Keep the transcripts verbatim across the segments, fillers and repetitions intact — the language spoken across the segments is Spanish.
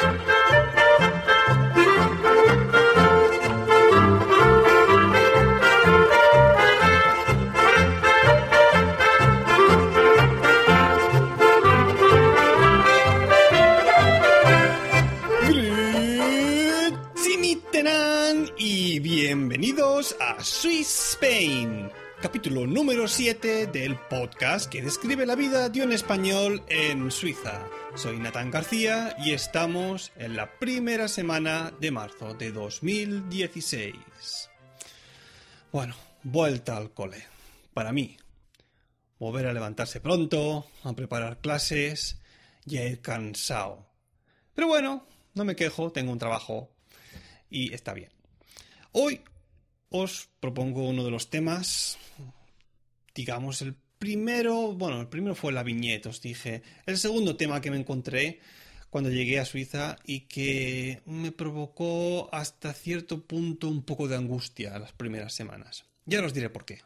Y bienvenidos a Swiss Spain, capítulo número siete del podcast que describe la vida de un español en Suiza. Soy Natán García y estamos en la primera semana de marzo de dos mil dieciséis. Bueno, vuelta al cole. Para mí, volver a levantarse pronto, a preparar clases y a ir cansado. Pero bueno, no me quejo, tengo un trabajo y está bien. Hoy os propongo uno de los temas, digamos el primero, bueno, el primero fue la viñeta, os dije. El segundo tema que me encontré cuando llegué a Suiza y que me provocó hasta cierto punto un poco de angustia las primeras semanas. Ya os diré por qué.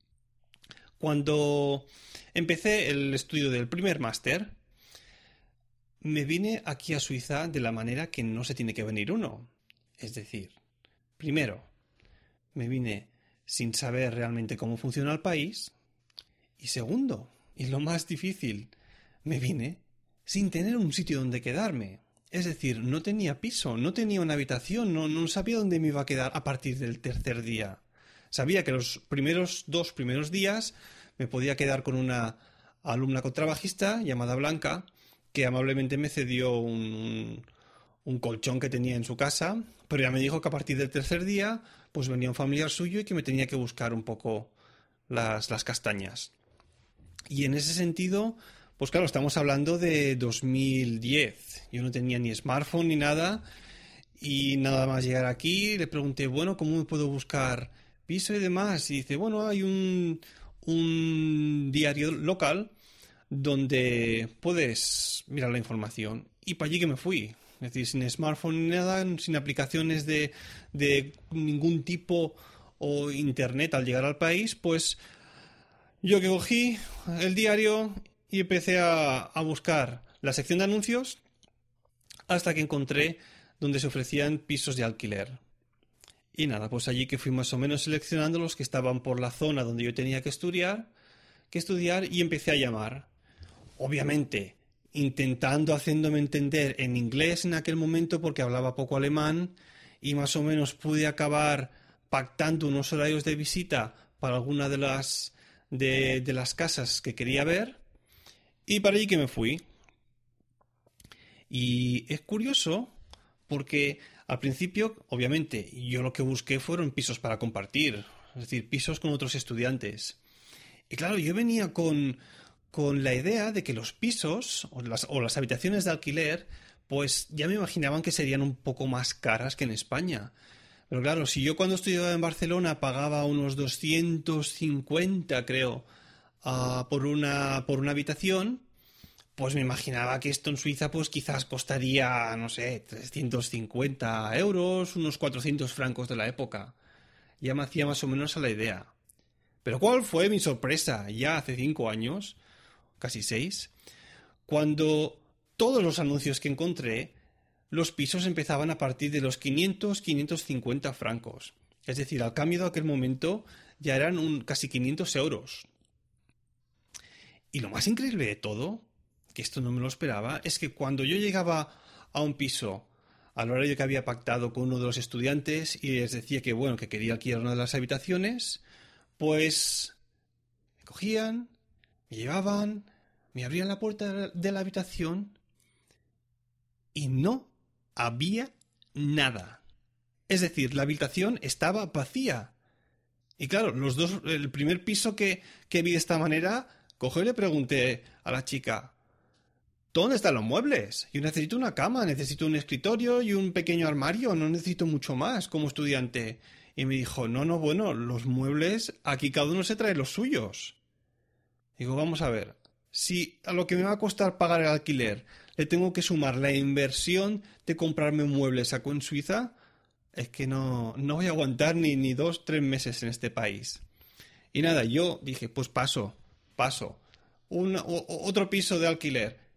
Cuando empecé el estudio del primer máster, me vine aquí a Suiza de la manera que no se tiene que venir uno. Es decir, primero, me vine sin saber realmente cómo funciona el país. Y segundo, y lo más difícil, me vine sin tener un sitio donde quedarme. Es decir, no tenía piso, no tenía una habitación, no, no sabía dónde me iba a quedar a partir del tercer día. Sabía que los primeros dos primeros días me podía quedar con una alumna contrabajista llamada Blanca, que amablemente me cedió un... un un colchón que tenía en su casa, pero ya me dijo que a partir del tercer día pues venía un familiar suyo y que me tenía que buscar un poco las, las castañas. Y en ese sentido, pues claro, estamos hablando de dos mil diez. Yo no tenía ni smartphone ni nada, y nada más llegar aquí le pregunté, bueno, ¿cómo me puedo buscar piso y demás? Y dice, bueno, hay un, un diario local donde puedes mirar la información. Y para allí que me fui. Es decir, sin smartphone ni nada, sin aplicaciones de, de ningún tipo o internet al llegar al país, pues yo que cogí el diario y empecé a, a buscar la sección de anuncios hasta que encontré donde se ofrecían pisos de alquiler. Y nada, pues allí que fui más o menos seleccionando los que estaban por la zona donde yo tenía que estudiar, que estudiar y empecé a llamar. Obviamente, intentando haciéndome entender en inglés en aquel momento porque hablaba poco alemán y más o menos pude acabar pactando unos horarios de visita para alguna de las de, de las casas que quería ver y para allí que me fui. Y es curioso porque al principio, obviamente, yo lo que busqué fueron pisos para compartir, es decir, pisos con otros estudiantes. Y claro, yo venía con... con la idea de que los pisos o las, o las habitaciones de alquiler, pues ya me imaginaban que serían un poco más caras que en España. Pero claro, si yo cuando estudiaba en Barcelona pagaba unos doscientos cincuenta, creo, uh, por una, por una habitación, pues me imaginaba que esto en Suiza pues quizás costaría, no sé, trescientos cincuenta euros, unos cuatrocientos francos de la época. Ya me hacía más o menos a la idea. Pero ¿cuál fue mi sorpresa? Ya hace cinco años... casi seis, cuando todos los anuncios que encontré, los pisos empezaban a partir de los quinientos, quinientos cincuenta francos. Es decir, al cambio de aquel momento ya eran un, casi quinientos euros. Y lo más increíble de todo, que esto no me lo esperaba, es que cuando yo llegaba a un piso al horario que había pactado con uno de los estudiantes y les decía que, bueno, que quería alquilar una de las habitaciones, pues me cogían, me llevaban, me abrían la puerta de la habitación y no había nada. Es decir, la habitación estaba vacía. Y claro, los dos, el primer piso que, que vi de esta manera, cogí y le pregunté a la chica, ¿dónde están los muebles? Yo necesito una cama, necesito un escritorio y un pequeño armario, no necesito mucho más como estudiante. Y me dijo, no, no, bueno, los muebles, aquí cada uno se trae los suyos. Digo, vamos a ver, si a lo que me va a costar pagar el alquiler le tengo que sumar la inversión de comprarme un mueble saco en Suiza, es que no, no voy a aguantar ni, ni dos, tres meses en este país. Y nada, yo dije, pues paso, paso. Un, o, otro piso de alquiler.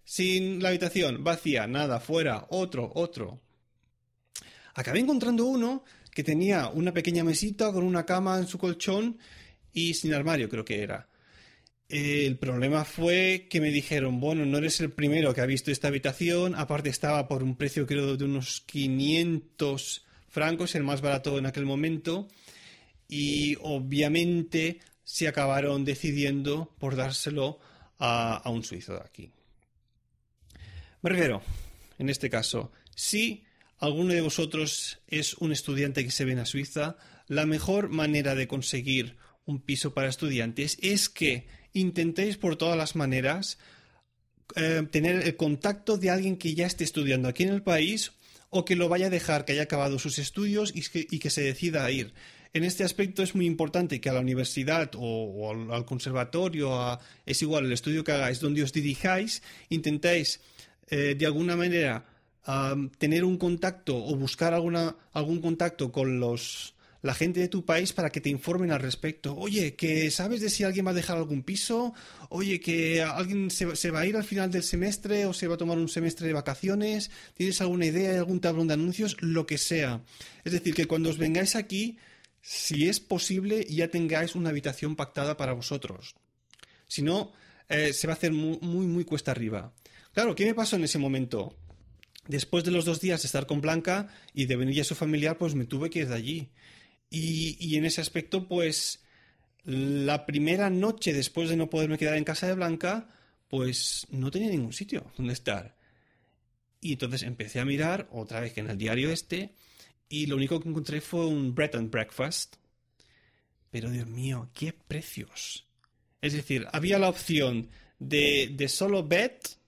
sin la habitación, vacía, nada, fuera, otro, otro. Acabé encontrando uno que tenía una pequeña mesita con una cama en su colchón y sin armario, creo que era. El problema fue que me dijeron, bueno, no eres el primero que ha visto esta habitación, aparte estaba por un precio creo de unos quinientos francos, el más barato en aquel momento, y obviamente se acabaron decidiendo por dárselo a, a un suizo de aquí. Me refiero, en este caso, si alguno de vosotros es un estudiante que se viene a Suiza, la mejor manera de conseguir un piso para estudiantes es que intentéis por todas las maneras eh, tener el contacto de alguien que ya esté estudiando aquí en el país o que lo vaya a dejar, que haya acabado sus estudios y que, y que se decida a ir. En este aspecto es muy importante que a la universidad o, o al, al conservatorio, a, es igual el estudio que hagáis, donde os dirijáis, intentéis eh, de alguna manera um, tener un contacto o buscar alguna, algún contacto con los la gente de tu país para que te informen al respecto. Oye, que ¿sabes de si alguien va a dejar algún piso? Oye, que alguien se, se va a ir al final del semestre o se va a tomar un semestre de vacaciones. ¿Tienes alguna idea? ¿Hay algún tablón de anuncios? Lo que sea. Es decir, que cuando os vengáis aquí, si es posible, ya tengáis una habitación pactada para vosotros. Si no, eh, se va a hacer muy, muy, muy cuesta arriba. Claro, ¿qué me pasó en ese momento? Después de los dos días de estar con Blanca y de venir ya su familiar, pues me tuve que ir de allí. Y, y en ese aspecto, pues, la primera noche después de no poderme quedar en casa de Blanca, pues no tenía ningún sitio donde estar. Y entonces empecé a mirar, otra vez que en el diario este, y lo único que encontré fue un bread and breakfast. Pero, Dios mío, qué precios. Es decir, había la opción de, de solo bed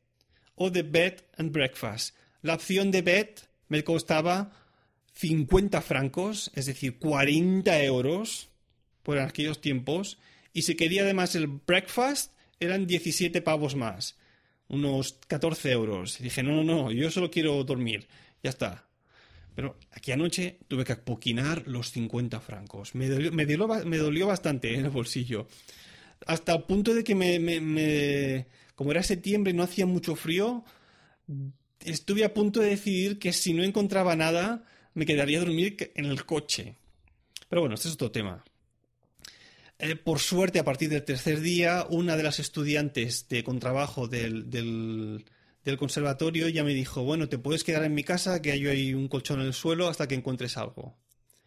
o de bed and breakfast. La opción de bed me costaba cincuenta francos, es decir, cuarenta euros por aquellos tiempos, y si quería además el breakfast eran diecisiete pavos más, unos catorce euros. Y dije, no, no, no, yo solo quiero dormir, ya está. Pero aquí anoche tuve que apoquinar los cincuenta francos. Me dolió, me dolió, me dolió bastante en el bolsillo, hasta el punto de que me, me, me, como era septiembre y no hacía mucho frío, estuve a punto de decidir que si no encontraba nada me quedaría a dormir en el coche. Pero bueno, este es otro tema. Eh, por suerte, a partir del tercer día, una de las estudiantes de contrabajo del, del, del conservatorio ya me dijo, bueno, te puedes quedar en mi casa, que yo hay un colchón en el suelo hasta que encuentres algo.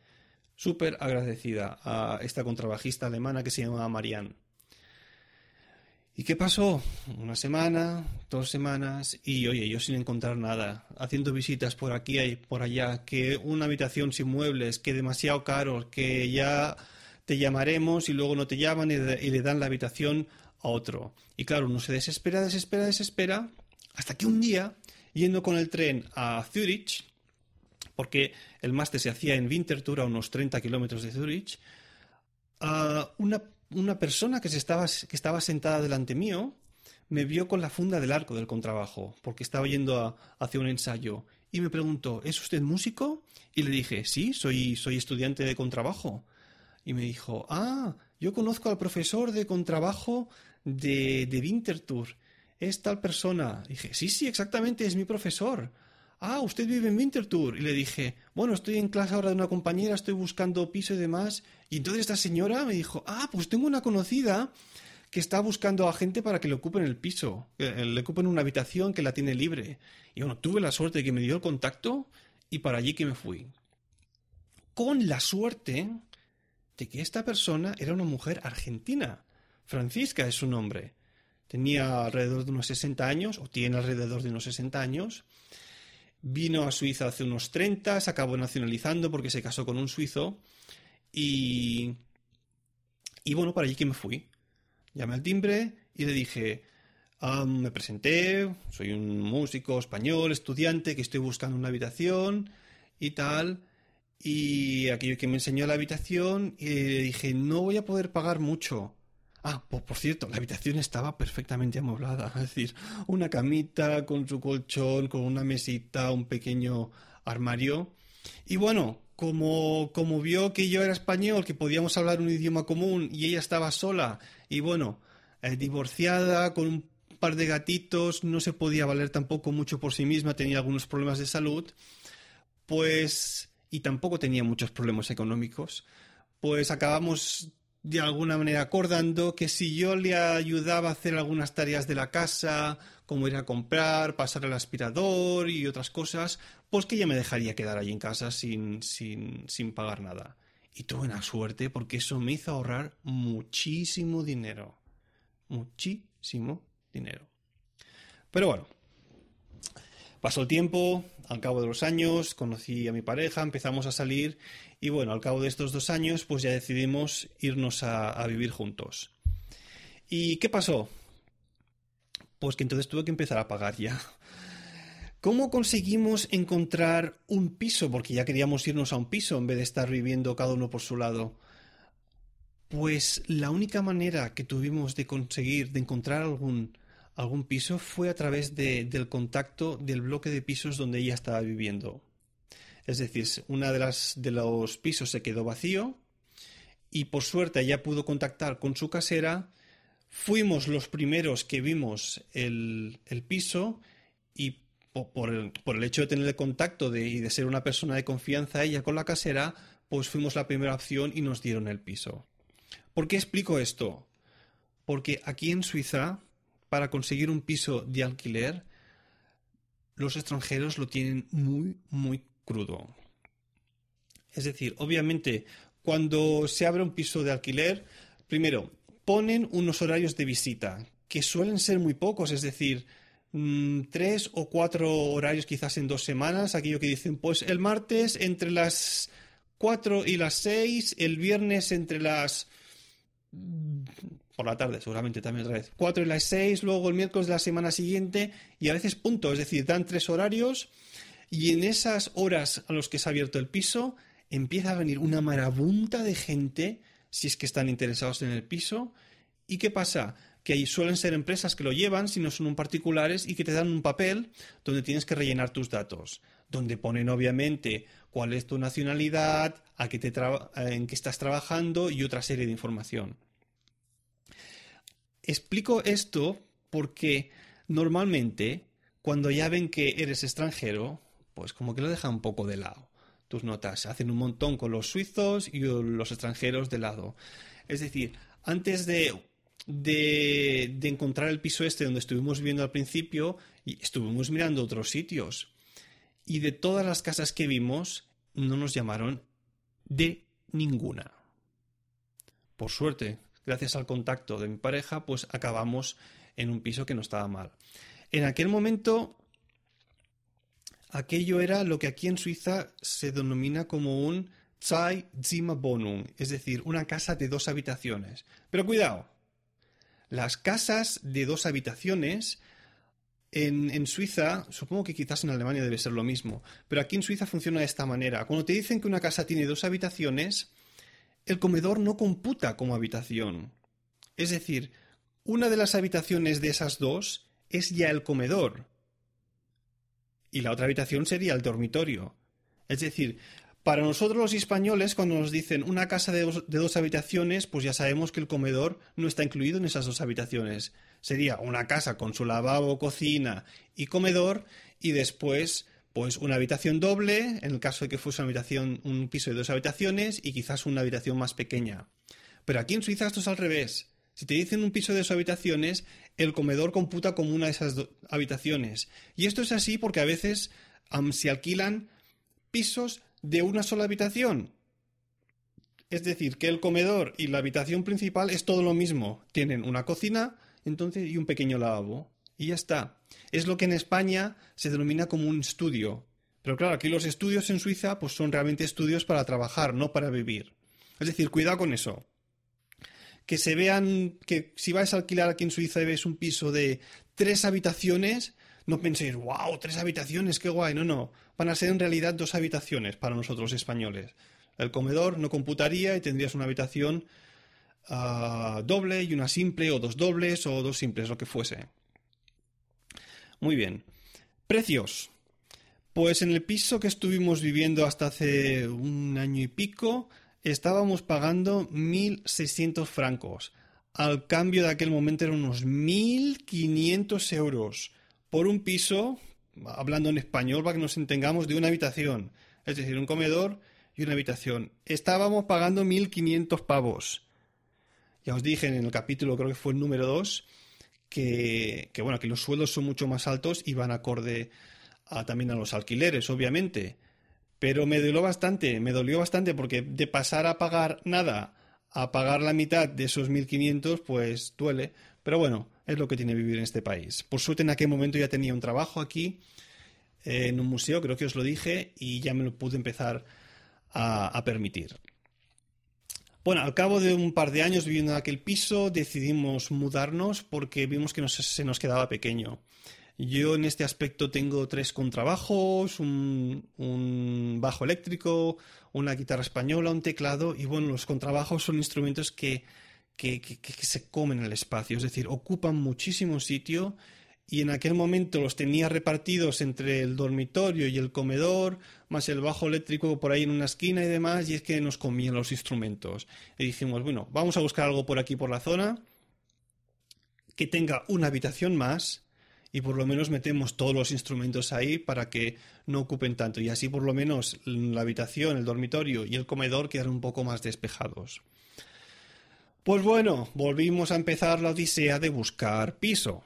Súper agradecida a esta contrabajista alemana que se llama Marianne. ¿Y qué pasó? Una semana, dos semanas, y oye, yo sin encontrar nada, haciendo visitas por aquí y por allá, que una habitación sin muebles, que demasiado caro, que ya te llamaremos y luego no te llaman y, de, y le dan la habitación a otro. Y claro, uno se desespera, desespera, desespera, hasta que un día, yendo con el tren a Zurich, porque el máster se hacía en Winterthur, a unos treinta kilómetros de Zurich, uh, una Una persona que, se estaba, que estaba sentada delante mío me vio con la funda del arco del contrabajo, porque estaba yendo a, hacia un ensayo, y me preguntó, ¿es usted músico? Y le dije, sí, soy, soy estudiante de contrabajo. Y me dijo, ah, yo conozco al profesor de contrabajo de, de Winterthur, es tal persona. Y dije, sí, sí, exactamente, es mi profesor. Ah, usted vive en Winterthur. Y le dije, bueno, estoy en clase ahora de una compañera, estoy buscando piso y demás. Y entonces esta señora me dijo, ah, pues tengo una conocida que está buscando a gente para que le ocupen el piso, que le ocupen una habitación que la tiene libre. Y bueno, tuve la suerte de que me dio el contacto y para allí que me fui. Con la suerte de que esta persona era una mujer argentina. Francisca es su nombre. Tenía alrededor de unos sesenta años, o tiene alrededor de unos sesenta años. Vino a Suiza hace unos treinta, se acabó nacionalizando porque se casó con un suizo y, y bueno, para allí que me fui. Llamé al timbre y le dije, um, me presenté, soy un músico español, estudiante, que estoy buscando una habitación y tal. Y aquello que me enseñó la habitación y le dije, no voy a poder pagar mucho. Ah, pues por cierto, la habitación estaba perfectamente amueblada, es decir, una camita con su colchón, con una mesita, un pequeño armario. Y bueno, como, como vio que yo era español, que podíamos hablar un idioma común y ella estaba sola, y bueno, eh, divorciada, con un, par de gatitos, no se podía valer tampoco mucho por sí misma, tenía algunos problemas de salud, pues, y tampoco tenía muchos problemas económicos, pues acabamos de alguna manera acordando que si yo le ayudaba a hacer algunas tareas de la casa, como ir a comprar, pasar el aspirador y otras cosas, pues que ella me dejaría quedar allí en casa sin, sin, sin pagar nada. Y tuve una suerte porque eso me hizo ahorrar muchísimo dinero. Muchísimo dinero. Pero bueno, pasó el tiempo, al cabo de los años, conocí a mi pareja, empezamos a salir y bueno, al cabo de estos dos años, pues ya decidimos irnos a, a vivir juntos. ¿Y qué pasó? Pues que entonces tuve que empezar a pagar ya. ¿Cómo conseguimos encontrar un piso? Porque ya queríamos irnos a un piso en vez de estar viviendo cada uno por su lado. Pues la única manera que tuvimos de conseguir, de encontrar algún, algún piso fue a través de, del contacto del bloque de pisos donde ella estaba viviendo. Es decir, una de las de los pisos se quedó vacío y por suerte ella pudo contactar con su casera. Fuimos los primeros que vimos el, el piso y por el, por el hecho de tener el contacto de, y de ser una persona de confianza ella con la casera, pues fuimos la primera opción y nos dieron el piso. ¿Por qué explico esto? Porque aquí en Suiza, para conseguir un piso de alquiler, los extranjeros lo tienen muy, muy crudo. Es decir, obviamente, cuando se abre un piso de alquiler, primero, ponen unos horarios de visita, que suelen ser muy pocos, es decir, mmm, tres o cuatro horarios quizás en dos semanas, aquello que dicen, pues el martes entre las cuatro y las seis, el viernes entre las... por la tarde seguramente también otra vez, cuatro y las seis, luego el miércoles de la semana siguiente y a veces punto, es decir, dan tres horarios y en esas horas a los que se ha abierto el piso empieza a venir una marabunta de gente si es que están interesados en el piso. ¿Y qué pasa? Que ahí suelen ser empresas que lo llevan, si no son un particulares, y que te dan un papel donde tienes que rellenar tus datos, donde ponen obviamente cuál es tu nacionalidad, a qué te tra- en qué estás trabajando y otra serie de información. Explico esto porque normalmente cuando ya ven que eres extranjero, pues como que lo dejan un poco de lado. Tus notas se hacen un montón con los suizos y los extranjeros de lado. Es decir, antes de, de, de encontrar el piso este donde estuvimos viviendo al principio, estuvimos mirando otros sitios. Y de todas las casas que vimos, no nos llamaron de ninguna. Por suerte, gracias al contacto de mi pareja, pues acabamos en un piso que no estaba mal. En aquel momento, aquello era lo que aquí en Suiza se denomina como un Zwei-Zimmer-Wohnung, es decir, una casa de dos habitaciones. Pero cuidado, las casas de dos habitaciones en, en Suiza, supongo que quizás en Alemania debe ser lo mismo, pero aquí en Suiza funciona de esta manera. Cuando te dicen que una casa tiene dos habitaciones, el comedor no computa como habitación. Es decir, una de las habitaciones de esas dos es ya el comedor. Y la otra habitación sería el dormitorio. Es decir, para nosotros los españoles, cuando nos dicen una casa de dos, de dos habitaciones, pues ya sabemos que el comedor no está incluido en esas dos habitaciones. Sería una casa con su lavabo, cocina y comedor, y después, pues una habitación doble, en el caso de que fuese una habitación, un piso de dos habitaciones, y quizás una habitación más pequeña. Pero aquí en Suiza esto es al revés. Si te dicen un piso de dos habitaciones, el comedor computa como una de esas do- habitaciones. Y esto es así porque a veces um, se alquilan pisos de una sola habitación. Es decir, que el comedor y la habitación principal es todo lo mismo. Tienen una cocina, entonces, y un pequeño lavabo. Y ya está. Es lo que en España se denomina como un estudio. Pero claro, aquí los estudios en Suiza pues son realmente estudios para trabajar, no para vivir. Es decir, cuidado con eso. Que se vean, que si vais a alquilar aquí en Suiza y veis un piso de tres habitaciones, no penséis, wow, tres habitaciones, qué guay. No, no. Van a ser en realidad dos habitaciones para nosotros españoles. El comedor no computaría y tendrías una habitación uh, doble y una simple, o dos dobles, o dos simples, lo que fuese. Muy bien. Precios. Pues en el piso que estuvimos viviendo hasta hace un año y pico, estábamos pagando mil seiscientos francos. al cambio de aquel momento eran unos mil quinientos euros por un piso, hablando en español para que nos entendamos, de una habitación. Es decir, un comedor y una habitación. Estábamos pagando mil quinientos pavos. Ya os dije en el capítulo, creo que fue el número dos, que, que, bueno, que los sueldos son mucho más altos y van acorde a, también a los alquileres, obviamente. Pero me dolió bastante, me dolió bastante porque de pasar a pagar nada a pagar la mitad de esos mil quinientos, pues duele. Pero bueno, es lo que tiene vivir en este país. Por suerte en aquel momento ya tenía un trabajo aquí, eh, en un museo, creo que os lo dije, y ya me lo pude empezar a, a permitir. Bueno, al cabo de un par de años viviendo en aquel piso, decidimos mudarnos porque vimos que nos, se nos quedaba pequeño. Yo en este aspecto tengo tres contrabajos, un, un bajo eléctrico, una guitarra española, un teclado, y bueno, los contrabajos son instrumentos que, que, que, que se comen el espacio, es decir, ocupan muchísimo sitio, y en aquel momento los tenía repartidos entre el dormitorio y el comedor, más el bajo eléctrico por ahí en una esquina y demás, y es que nos comían los instrumentos. Y dijimos, bueno, vamos a buscar algo por aquí por la zona que tenga una habitación más, y por lo menos metemos todos los instrumentos ahí para que no ocupen tanto, y así por lo menos la habitación, el dormitorio y el comedor quedan un poco más despejados. Pues bueno, volvimos a empezar la odisea de buscar piso.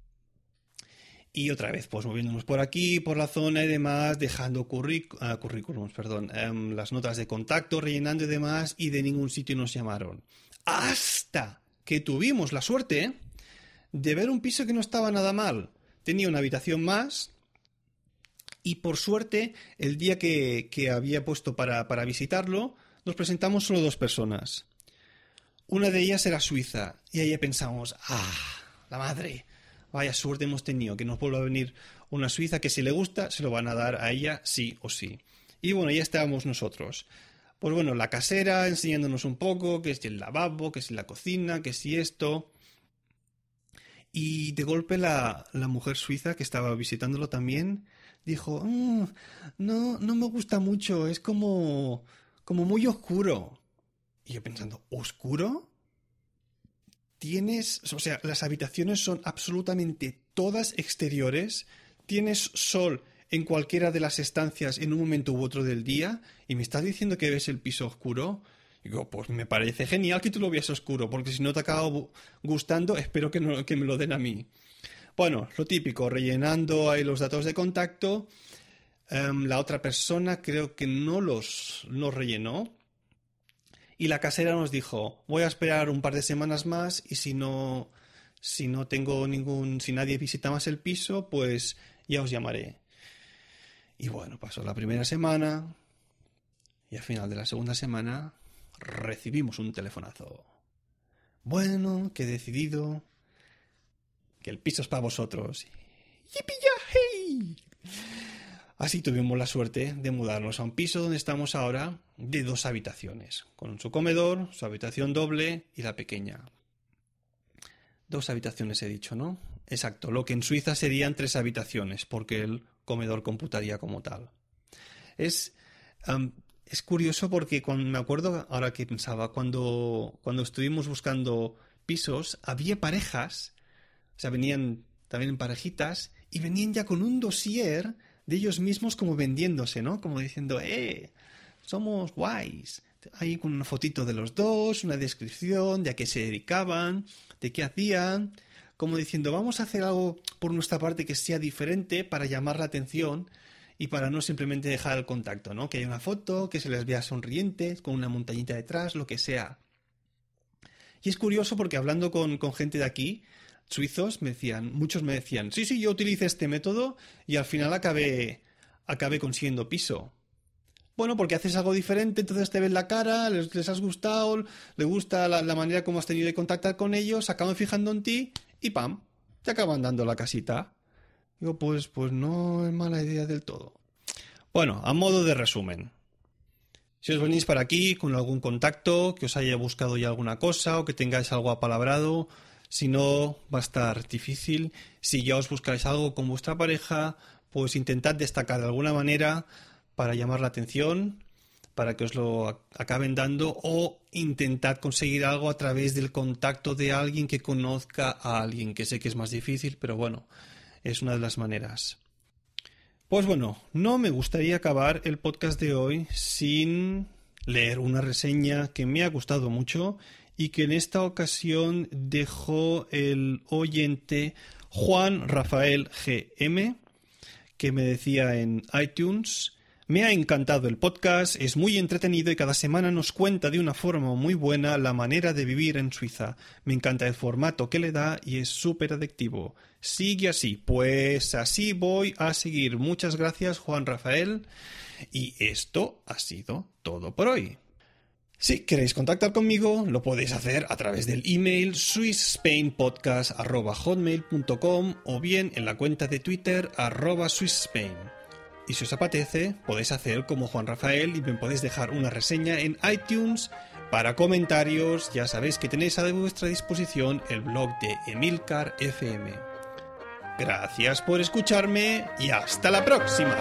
Y otra vez, pues moviéndonos por aquí, por la zona y demás, dejando curric- uh, currículums, perdón, um, las notas de contacto, rellenando y demás, y de ningún sitio nos llamaron. Hasta que tuvimos la suerte de ver un piso que no estaba nada mal. Tenía una habitación más y por suerte el día que, que había puesto para, para visitarlo nos presentamos solo dos personas. Una de ellas era suiza y ahí pensamos, ¡ah, la madre! Vaya suerte hemos tenido, que nos vuelva a venir una suiza que si le gusta se lo van a dar a ella sí o sí. Y bueno, ya estábamos nosotros. Pues bueno, la casera enseñándonos un poco, que si el lavabo, que si la cocina, que si esto. Y de golpe la, la mujer suiza que estaba visitándolo también dijo, mm, no, no me gusta mucho, es como, como muy oscuro. Y yo pensando, ¿oscuro? Tienes, o sea, las habitaciones son absolutamente todas exteriores, tienes sol en cualquiera de las estancias en un momento u otro del día, y me estás diciendo que ves el piso oscuro. Digo, pues me parece genial que tú lo veas oscuro, porque si no te acaba gustando, espero que, no, que me lo den a mí. Bueno, lo típico, rellenando ahí los datos de contacto. Um, la otra persona creo que no los, los rellenó. Y la casera nos dijo, voy a esperar un par de semanas más y si no, si no tengo ningún, si nadie visita más el piso, pues ya os llamaré. Y bueno, pasó la primera semana y al final de la segunda semana recibimos un telefonazo. Bueno, que he decidido que el piso es para vosotros. ¡Yipi-ya-hey! Así tuvimos la suerte de mudarnos a un piso donde estamos ahora de dos habitaciones, con su comedor, su habitación doble y la pequeña. Dos habitaciones he dicho, ¿no? Exacto, lo que en Suiza serían tres habitaciones, porque el comedor computaría como tal. Es... Um, Es curioso porque cuando, me acuerdo, ahora que pensaba, cuando, cuando estuvimos buscando pisos, había parejas, o sea, venían también en parejitas, y venían ya con un dossier de ellos mismos como vendiéndose, ¿no? Como diciendo, ¡eh! Somos guays. Ahí con una fotito de los dos, una descripción de a qué se dedicaban, de qué hacían, como diciendo, vamos a hacer algo por nuestra parte que sea diferente para llamar la atención y para no simplemente dejar el contacto, ¿no? Que haya una foto, que se les vea sonrientes, con una montañita detrás, lo que sea. Y es curioso porque hablando con, con gente de aquí, suizos, me decían, muchos me decían, sí, sí, yo utilicé este método y al final acabé, acabé consiguiendo piso. Bueno, porque haces algo diferente, entonces te ven la cara, les, les has gustado, les gusta la, la manera como has tenido de contactar con ellos, acaban fijando en ti y ¡pam! Te acaban dando la casita. Digo, pues, pues no es mala idea del todo. Bueno, a modo de resumen. Si os venís para aquí con algún contacto, que os haya buscado ya alguna cosa o que tengáis algo apalabrado, si no, va a estar difícil. Si ya os buscáis algo con vuestra pareja, pues intentad destacar de alguna manera para llamar la atención, para que os lo acaben dando, o intentad conseguir algo a través del contacto de alguien que conozca a alguien, que sé que es más difícil, pero bueno, es una de las maneras. Pues bueno, no me gustaría acabar el podcast de hoy sin leer una reseña que me ha gustado mucho y que en esta ocasión dejó el oyente Juan Rafael G M, que me decía en iTunes: me ha encantado el podcast, es muy entretenido y cada semana nos cuenta de una forma muy buena la manera de vivir en Suiza. Me encanta el formato que le da y es súper adictivo. Sigue así. Pues así voy a seguir. Muchas gracias, Juan Rafael. Y esto ha sido todo por hoy. Si queréis contactar conmigo, lo podéis hacer a través del email swiss spain podcast arroba hotmail punto com o bien en la cuenta de Twitter arroba swissspain. Y si os apetece, podéis hacer como Juan Rafael y me podéis dejar una reseña en iTunes. Para comentarios, ya sabéis que tenéis a vuestra disposición el blog de Emilcar F M. Gracias por escucharme y hasta la próxima.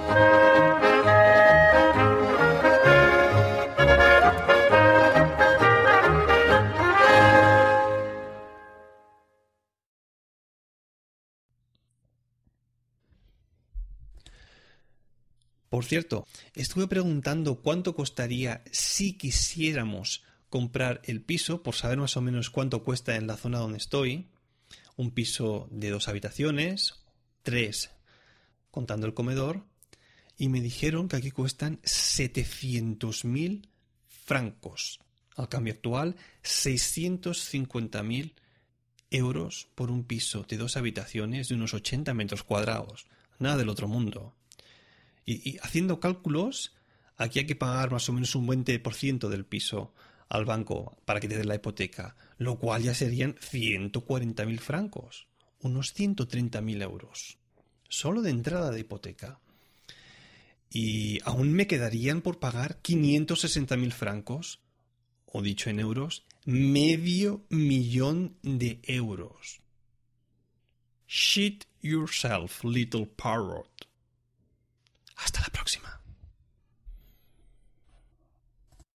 Por cierto, estuve preguntando cuánto costaría si quisiéramos comprar el piso, por saber más o menos cuánto cuesta en la zona donde estoy. Un piso de dos habitaciones, tres contando el comedor, y me dijeron que aquí cuestan setecientos mil francos. Al cambio actual, seiscientos cincuenta mil euros por un piso de dos habitaciones de unos ochenta metros cuadrados. Nada del otro mundo. Y, y haciendo cálculos, aquí hay que pagar más o menos un veinte por ciento del piso al banco para que te den la hipoteca, lo cual ya serían ciento cuarenta mil francos, unos ciento treinta mil euros, solo de entrada de hipoteca. Y aún me quedarían por pagar quinientos sesenta mil francos, o dicho en euros, medio millón de euros. Shit yourself, little parrot.